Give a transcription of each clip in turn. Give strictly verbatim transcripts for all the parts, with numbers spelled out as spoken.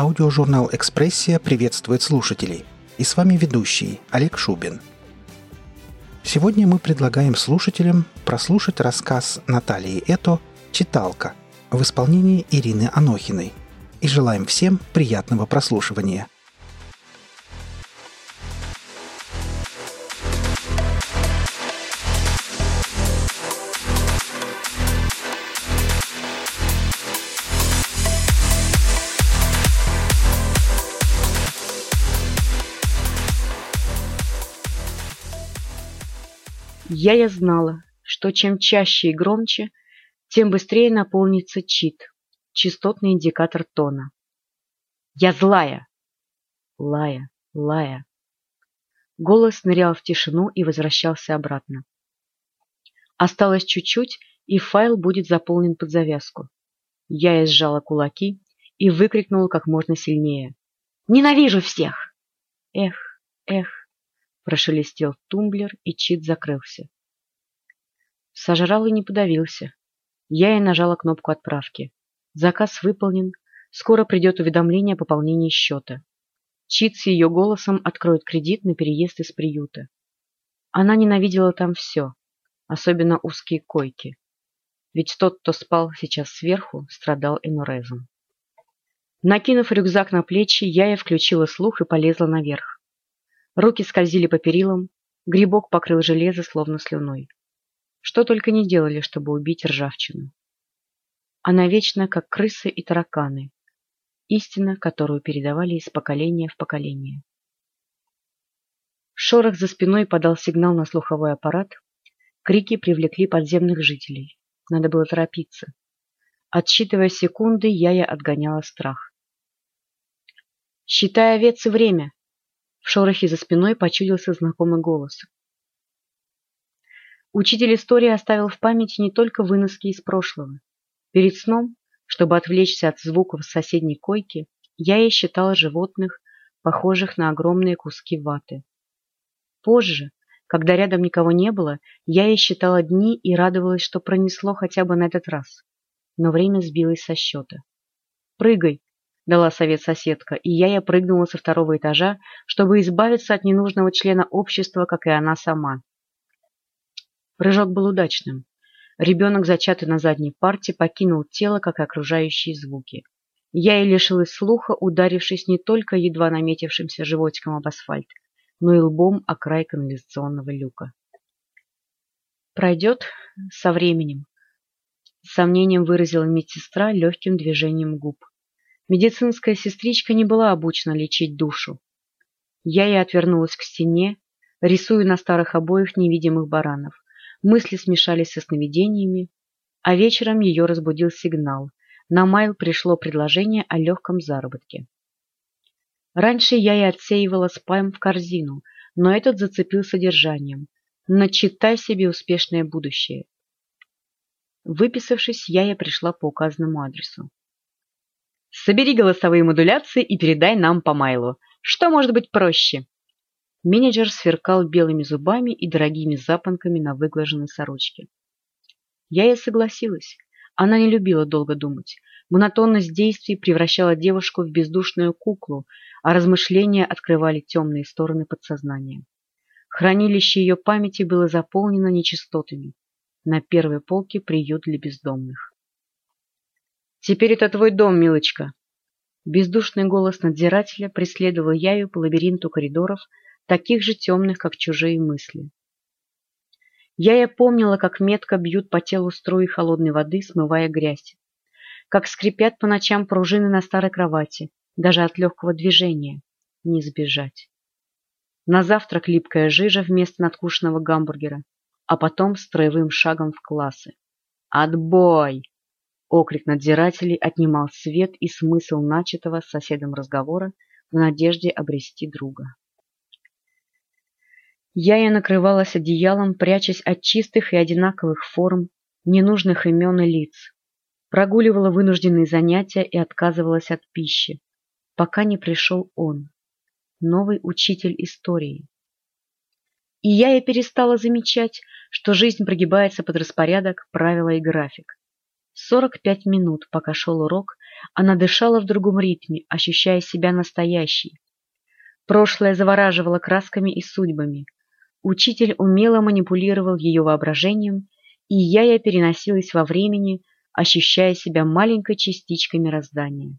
Аудиожурнал «Экспрессия» приветствует слушателей. И с вами ведущий Олег Шубин. Сегодня мы предлагаем слушателям прослушать рассказ Натальи Это «Читалка» в исполнении Ирины Анохиной. И желаем всем приятного прослушивания. Я-я знала, что чем чаще и громче, тем быстрее наполнится чит, частотный индикатор тона. Я злая! Лая, лая. Голос нырял в тишину и возвращался обратно. Осталось чуть-чуть, и файл будет заполнен под завязку. Я сжала кулаки и выкрикнула как можно сильнее. «Ненавижу всех!» Эх, эх. Прошелестел тумблер, и чит закрылся. Сожрал и не подавился. Я и нажала кнопку отправки. Заказ выполнен. Скоро придет уведомление о пополнении счета. Чит с ее голосом откроет кредит на переезд из приюта. Она ненавидела там все, особенно узкие койки. Ведь тот, кто спал сейчас сверху, страдал энурезом. Накинув рюкзак на плечи, я и включила слух и полезла наверх. Руки скользили по перилам, грибок покрыл железо словно слюной. Что только не делали, чтобы убить ржавчину. Она вечна, как крысы и тараканы. Истина, которую передавали из поколения в поколение. Шорох за спиной подал сигнал на слуховой аппарат. Крики привлекли подземных жителей. Надо было торопиться. Отсчитывая секунды, я-я отгоняла страх. «Считай овец и время!» В шорохе за спиной почудился знакомый голос. Учитель истории оставил в памяти не только выноски из прошлого. Перед сном, чтобы отвлечься от звуков с соседней койки, я и считала животных, похожих на огромные куски ваты. Позже, когда рядом никого не было, я и считала дни и радовалась, что пронесло хотя бы на этот раз. Но время сбилось со счета. «Прыгай!» — дала совет соседка, и я-я прыгнула со второго этажа, чтобы избавиться от ненужного члена общества, как и она сама. Прыжок был удачным. Ребенок, зачатый на задней парте, покинул тело, как и окружающие звуки. Я и лишилась слуха, ударившись не только едва наметившимся животиком об асфальт, но и лбом о край канализационного люка. «Пройдет со временем», — с сомнением выразила медсестра легким движением губ. Медицинская сестричка не была обучена лечить душу. Я и отвернулась к стене, рисуя на старых обоях невидимых баранов. Мысли смешались со сновидениями, а вечером ее разбудил сигнал. На майл пришло предложение о легком заработке. Раньше я и отсеивала спам в корзину, но этот зацепил содержанием. Начитай себе успешное будущее. Выписавшись, я и пришла по указанному адресу. Собери голосовые модуляции и передай нам по майлу. Что может быть проще? Менеджер сверкал белыми зубами и дорогими запонками на выглаженной сорочке. Я и согласилась. Она не любила долго думать. Монотонность действий превращала девушку в бездушную куклу, а размышления открывали темные стороны подсознания. Хранилище ее памяти было заполнено нечистотами. На первой полке приют для бездомных. «Теперь это твой дом, милочка!» Бездушный голос надзирателя преследовал Яю по лабиринту коридоров, таких же темных, как чужие мысли. Яя помнила, как метко бьют по телу струи холодной воды, смывая грязь, как скрипят по ночам пружины на старой кровати, даже от легкого движения не сбежать. На завтрак липкая жижа вместо надкушенного гамбургера, а потом строевым шагом в классы. «Отбой!» Окрик надзирателей отнимал свет и смысл начатого с соседом разговора в надежде обрести друга. Я и накрывалась одеялом, прячась от чистых и одинаковых форм, ненужных имен и лиц. Прогуливала вынужденные занятия и отказывалась от пищи, пока не пришел он, новый учитель истории. И я и перестала замечать, что жизнь прогибается под распорядок, правила и график. Сорок пять минут, пока шел урок, она дышала в другом ритме, ощущая себя настоящей. Прошлое завораживало красками и судьбами. Учитель умело манипулировал ее воображением, и я переносилась во времени, ощущая себя маленькой частичкой мироздания.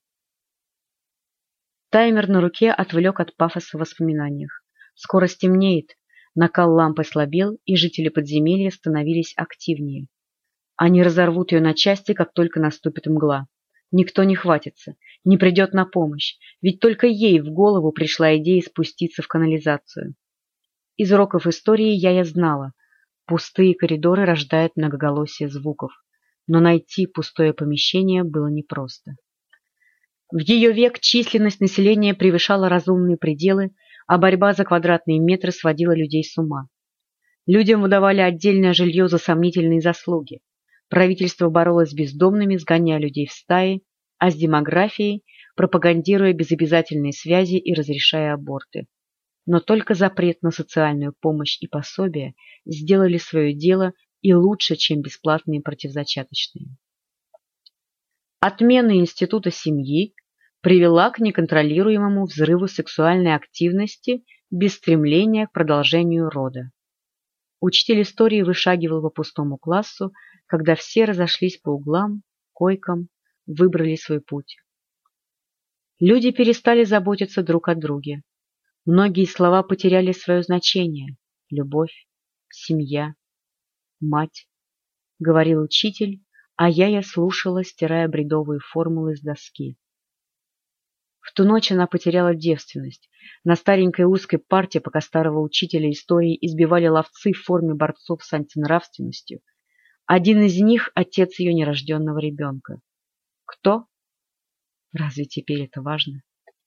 Таймер на руке отвлек от пафоса в воспоминаниях. Скоро стемнеет, накал лампы слабел, и жители подземелья становились активнее. Они разорвут ее на части, как только наступит мгла. Никто не хватится, не придет на помощь, ведь только ей в голову пришла идея спуститься в канализацию. Из уроков истории я я знала, пустые коридоры рождают многоголосие звуков, но найти пустое помещение было непросто. В ее век численность населения превышала разумные пределы, а борьба за квадратные метры сводила людей с ума. Людям выдавали отдельное жилье за сомнительные заслуги. Правительство боролось с бездомными, сгоняя людей в стаи, а с демографией, пропагандируя безобязательные связи и разрешая аборты. Но только запрет на социальную помощь и пособия сделали свое дело и лучше, чем бесплатные противозачаточные. Отмена института семьи привела к неконтролируемому взрыву сексуальной активности без стремления к продолжению рода. Учитель истории вышагивал по пустому классу, когда все разошлись по углам, койкам, выбрали свой путь. Люди перестали заботиться друг о друге. Многие слова потеряли свое значение. Любовь, семья, мать, — говорил учитель, а я я слушала, стирая бредовые формулы с доски. В ту ночь она потеряла девственность. На старенькой узкой парте, пока старого учителя истории избивали ловцы в форме борцов с антинравственностью. Один из них — отец ее нерожденного ребенка. Кто? Разве теперь это важно?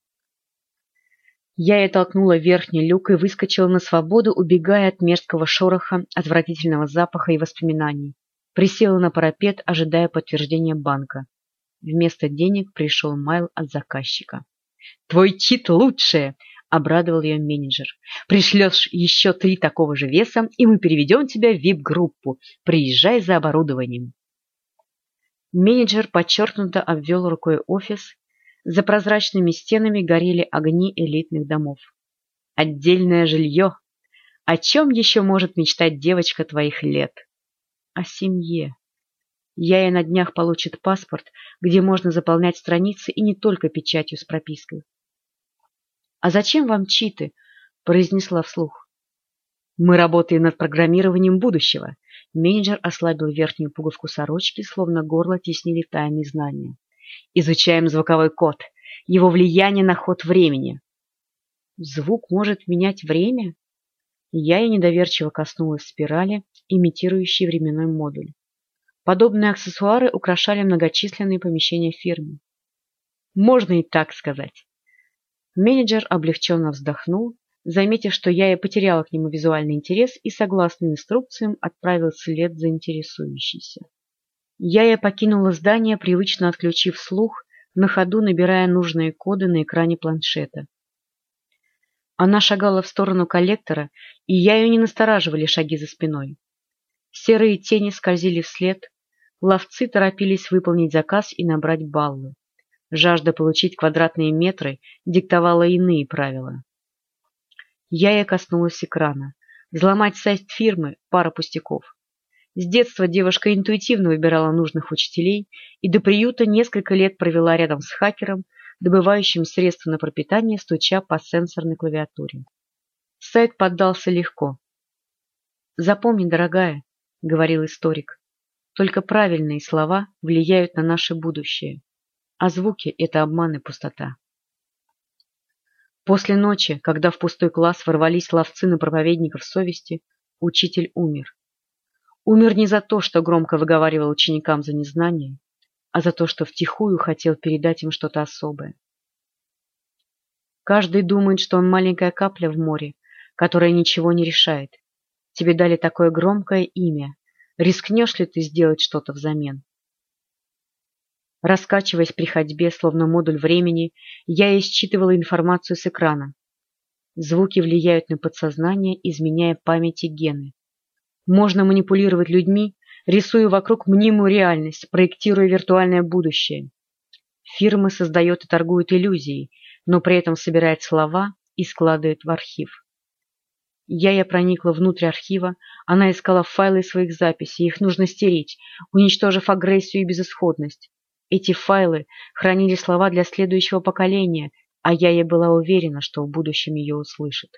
Я и толкнула верхний люк и выскочила на свободу, убегая от мерзкого шороха, отвратительного запаха и воспоминаний. Присела на парапет, ожидая подтверждения банка. Вместо денег пришел майл от заказчика. «Твой чит лучшее!» — обрадовал ее менеджер. «Пришлешь еще три такого же веса, и мы переведем тебя в ви ай пи-группу. Приезжай за оборудованием». Менеджер подчеркнуто обвел рукой офис. За прозрачными стенами горели огни элитных домов. «Отдельное жилье! О чем еще может мечтать девочка твоих лет?» «О семье. Я и на днях получит паспорт, где можно заполнять страницы и не только печатью с пропиской». «А зачем вам читы?» — произнесла вслух. «Мы работаем над программированием будущего». Менеджер ослабил верхнюю пуговку сорочки, словно горло теснили тайные знания. «Изучаем звуковой код, его влияние на ход времени». «Звук может менять время?» Я и недоверчиво коснулась спирали, имитирующей временной модуль. Подобные аксессуары украшали многочисленные помещения фирмы. Можно и так сказать. Менеджер облегченно вздохнул, заметив, что я и потеряла к нему визуальный интерес, и, согласно инструкциям, отправил след за интересующейся. Я и покинула здание, привычно отключив слух, на ходу набирая нужные коды на экране планшета. Она шагала в сторону коллектора, и я ее не настораживали шаги за спиной. Серые тени скользили вслед, ловцы торопились выполнить заказ и набрать баллы. Жажда получить квадратные метры диктовала иные правила. Я и коснулась экрана. Взломать сайт фирмы – пара пустяков. С детства девушка интуитивно выбирала нужных учителей и до приюта несколько лет провела рядом с хакером, добывающим средства на пропитание, стуча по сенсорной клавиатуре. Сайт поддался легко. «Запомни, дорогая», — говорил историк, — «только правильные слова влияют на наше будущее, а звуки — это обман и пустота». После ночи, когда в пустой класс ворвались ловцы на проповедников совести, учитель умер. Умер не за то, что громко выговаривал ученикам за незнание, а за то, что втихую хотел передать им что-то особое. Каждый думает, что он маленькая капля в море, которая ничего не решает. Тебе дали такое громкое имя. Рискнешь ли ты сделать что-то взамен? Раскачиваясь при ходьбе, словно модуль времени, я исчитывала информацию с экрана. Звуки влияют на подсознание, изменяя память и гены. Можно манипулировать людьми, Рисую вокруг мнимую реальность, проектируя виртуальное будущее. Фирма создает и торгует иллюзией, но при этом собирает слова и складывает в архив. Я-я проникла внутрь архива, она искала файлы своих записей, их нужно стереть, уничтожив агрессию и безысходность. Эти файлы хранили слова для следующего поколения, а я-я была уверена, что в будущем ее услышит.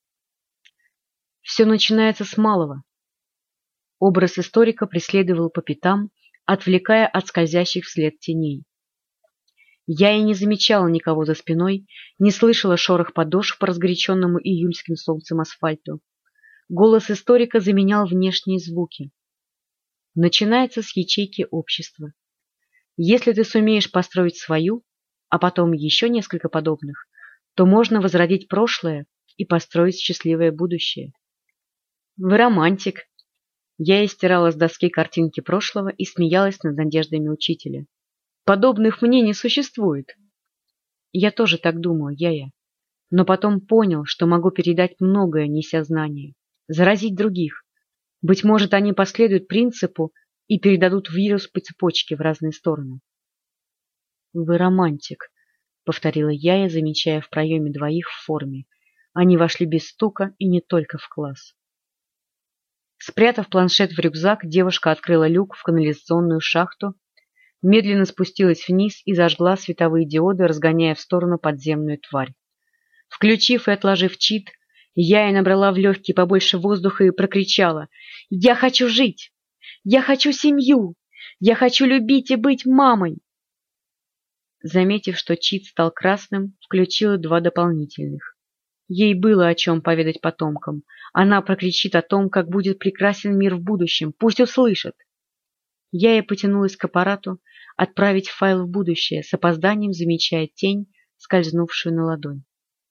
Все начинается с малого. Образ историка преследовал по пятам, отвлекая от скользящих вслед теней. Я и не замечала никого за спиной, не слышала шорох подошв по разгоряченному июльским солнцем асфальту. Голос историка заменял внешние звуки. Начинается с ячейки общества. Если ты сумеешь построить свою, а потом еще несколько подобных, то можно возродить прошлое и построить счастливое будущее. Вы романтик. Я истирала с доски картинки прошлого и смеялась над надеждами учителя. Подобных мне не существует. Я тоже так думаю, я-я. Но потом понял, что могу передать многое, неся знания, заразить других. Быть может, они последуют принципу и передадут вирус по цепочке в разные стороны. «Вы романтик», — повторила я, замечая в проеме двоих в форме. Они вошли без стука и не только в класс. Спрятав планшет в рюкзак, девушка открыла люк в канализационную шахту, медленно спустилась вниз и зажгла световые диоды, разгоняя в сторону подземную тварь. Включив и отложив чит, я и набрала в легкие побольше воздуха и прокричала: «Я хочу жить! Я хочу семью! Я хочу любить и быть мамой!» Заметив, что чит стал красным, включила два дополнительных. Ей было о чем поведать потомкам. Она прокричит о том, как будет прекрасен мир в будущем. Пусть услышат. Я и потянулась к аппарату отправить файл в будущее, с опозданием замечая тень, скользнувшую на ладонь.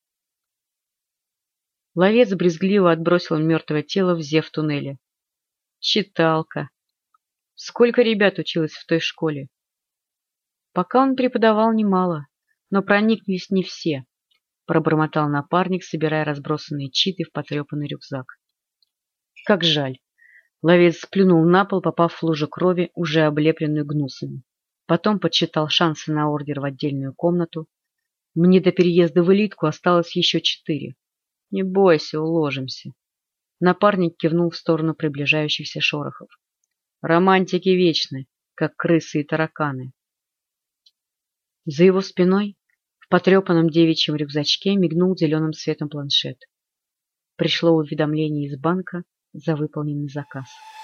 Ловец брезгливо отбросил мертвое тело в зев туннеля. Читалка. Сколько ребят училось в той школе? Пока он преподавал немало, но прониклись не все, пробормотал напарник, собирая разбросанные читы в потрепанный рюкзак. Как жаль. Ловец сплюнул на пол, попав в лужу крови, уже облепленную гнусами. Потом подсчитал шансы на ордер в отдельную комнату. Мне до переезда в элитку осталось еще четыре. Не бойся, уложимся. Напарник кивнул в сторону приближающихся шорохов. Романтики вечны, как крысы и тараканы. За его спиной в потрепанном девичьем рюкзачке мигнул зеленым светом планшет. Пришло уведомление из банка за выполненный заказ.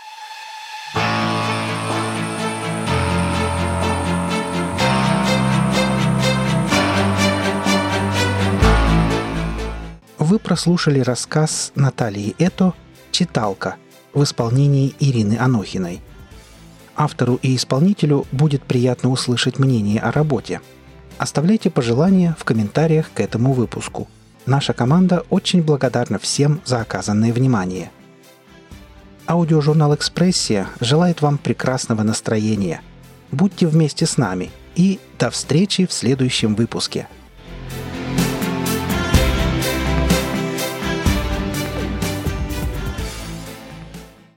Вы прослушали рассказ Натальи Это «Читалка» в исполнении Ирины Анохиной. Автору и исполнителю будет приятно услышать мнение о работе. Оставляйте пожелания в комментариях к этому выпуску. Наша команда очень благодарна всем за оказанное внимание. Аудиожурнал «Экспрессия» желает вам прекрасного настроения. Будьте вместе с нами и до встречи в следующем выпуске.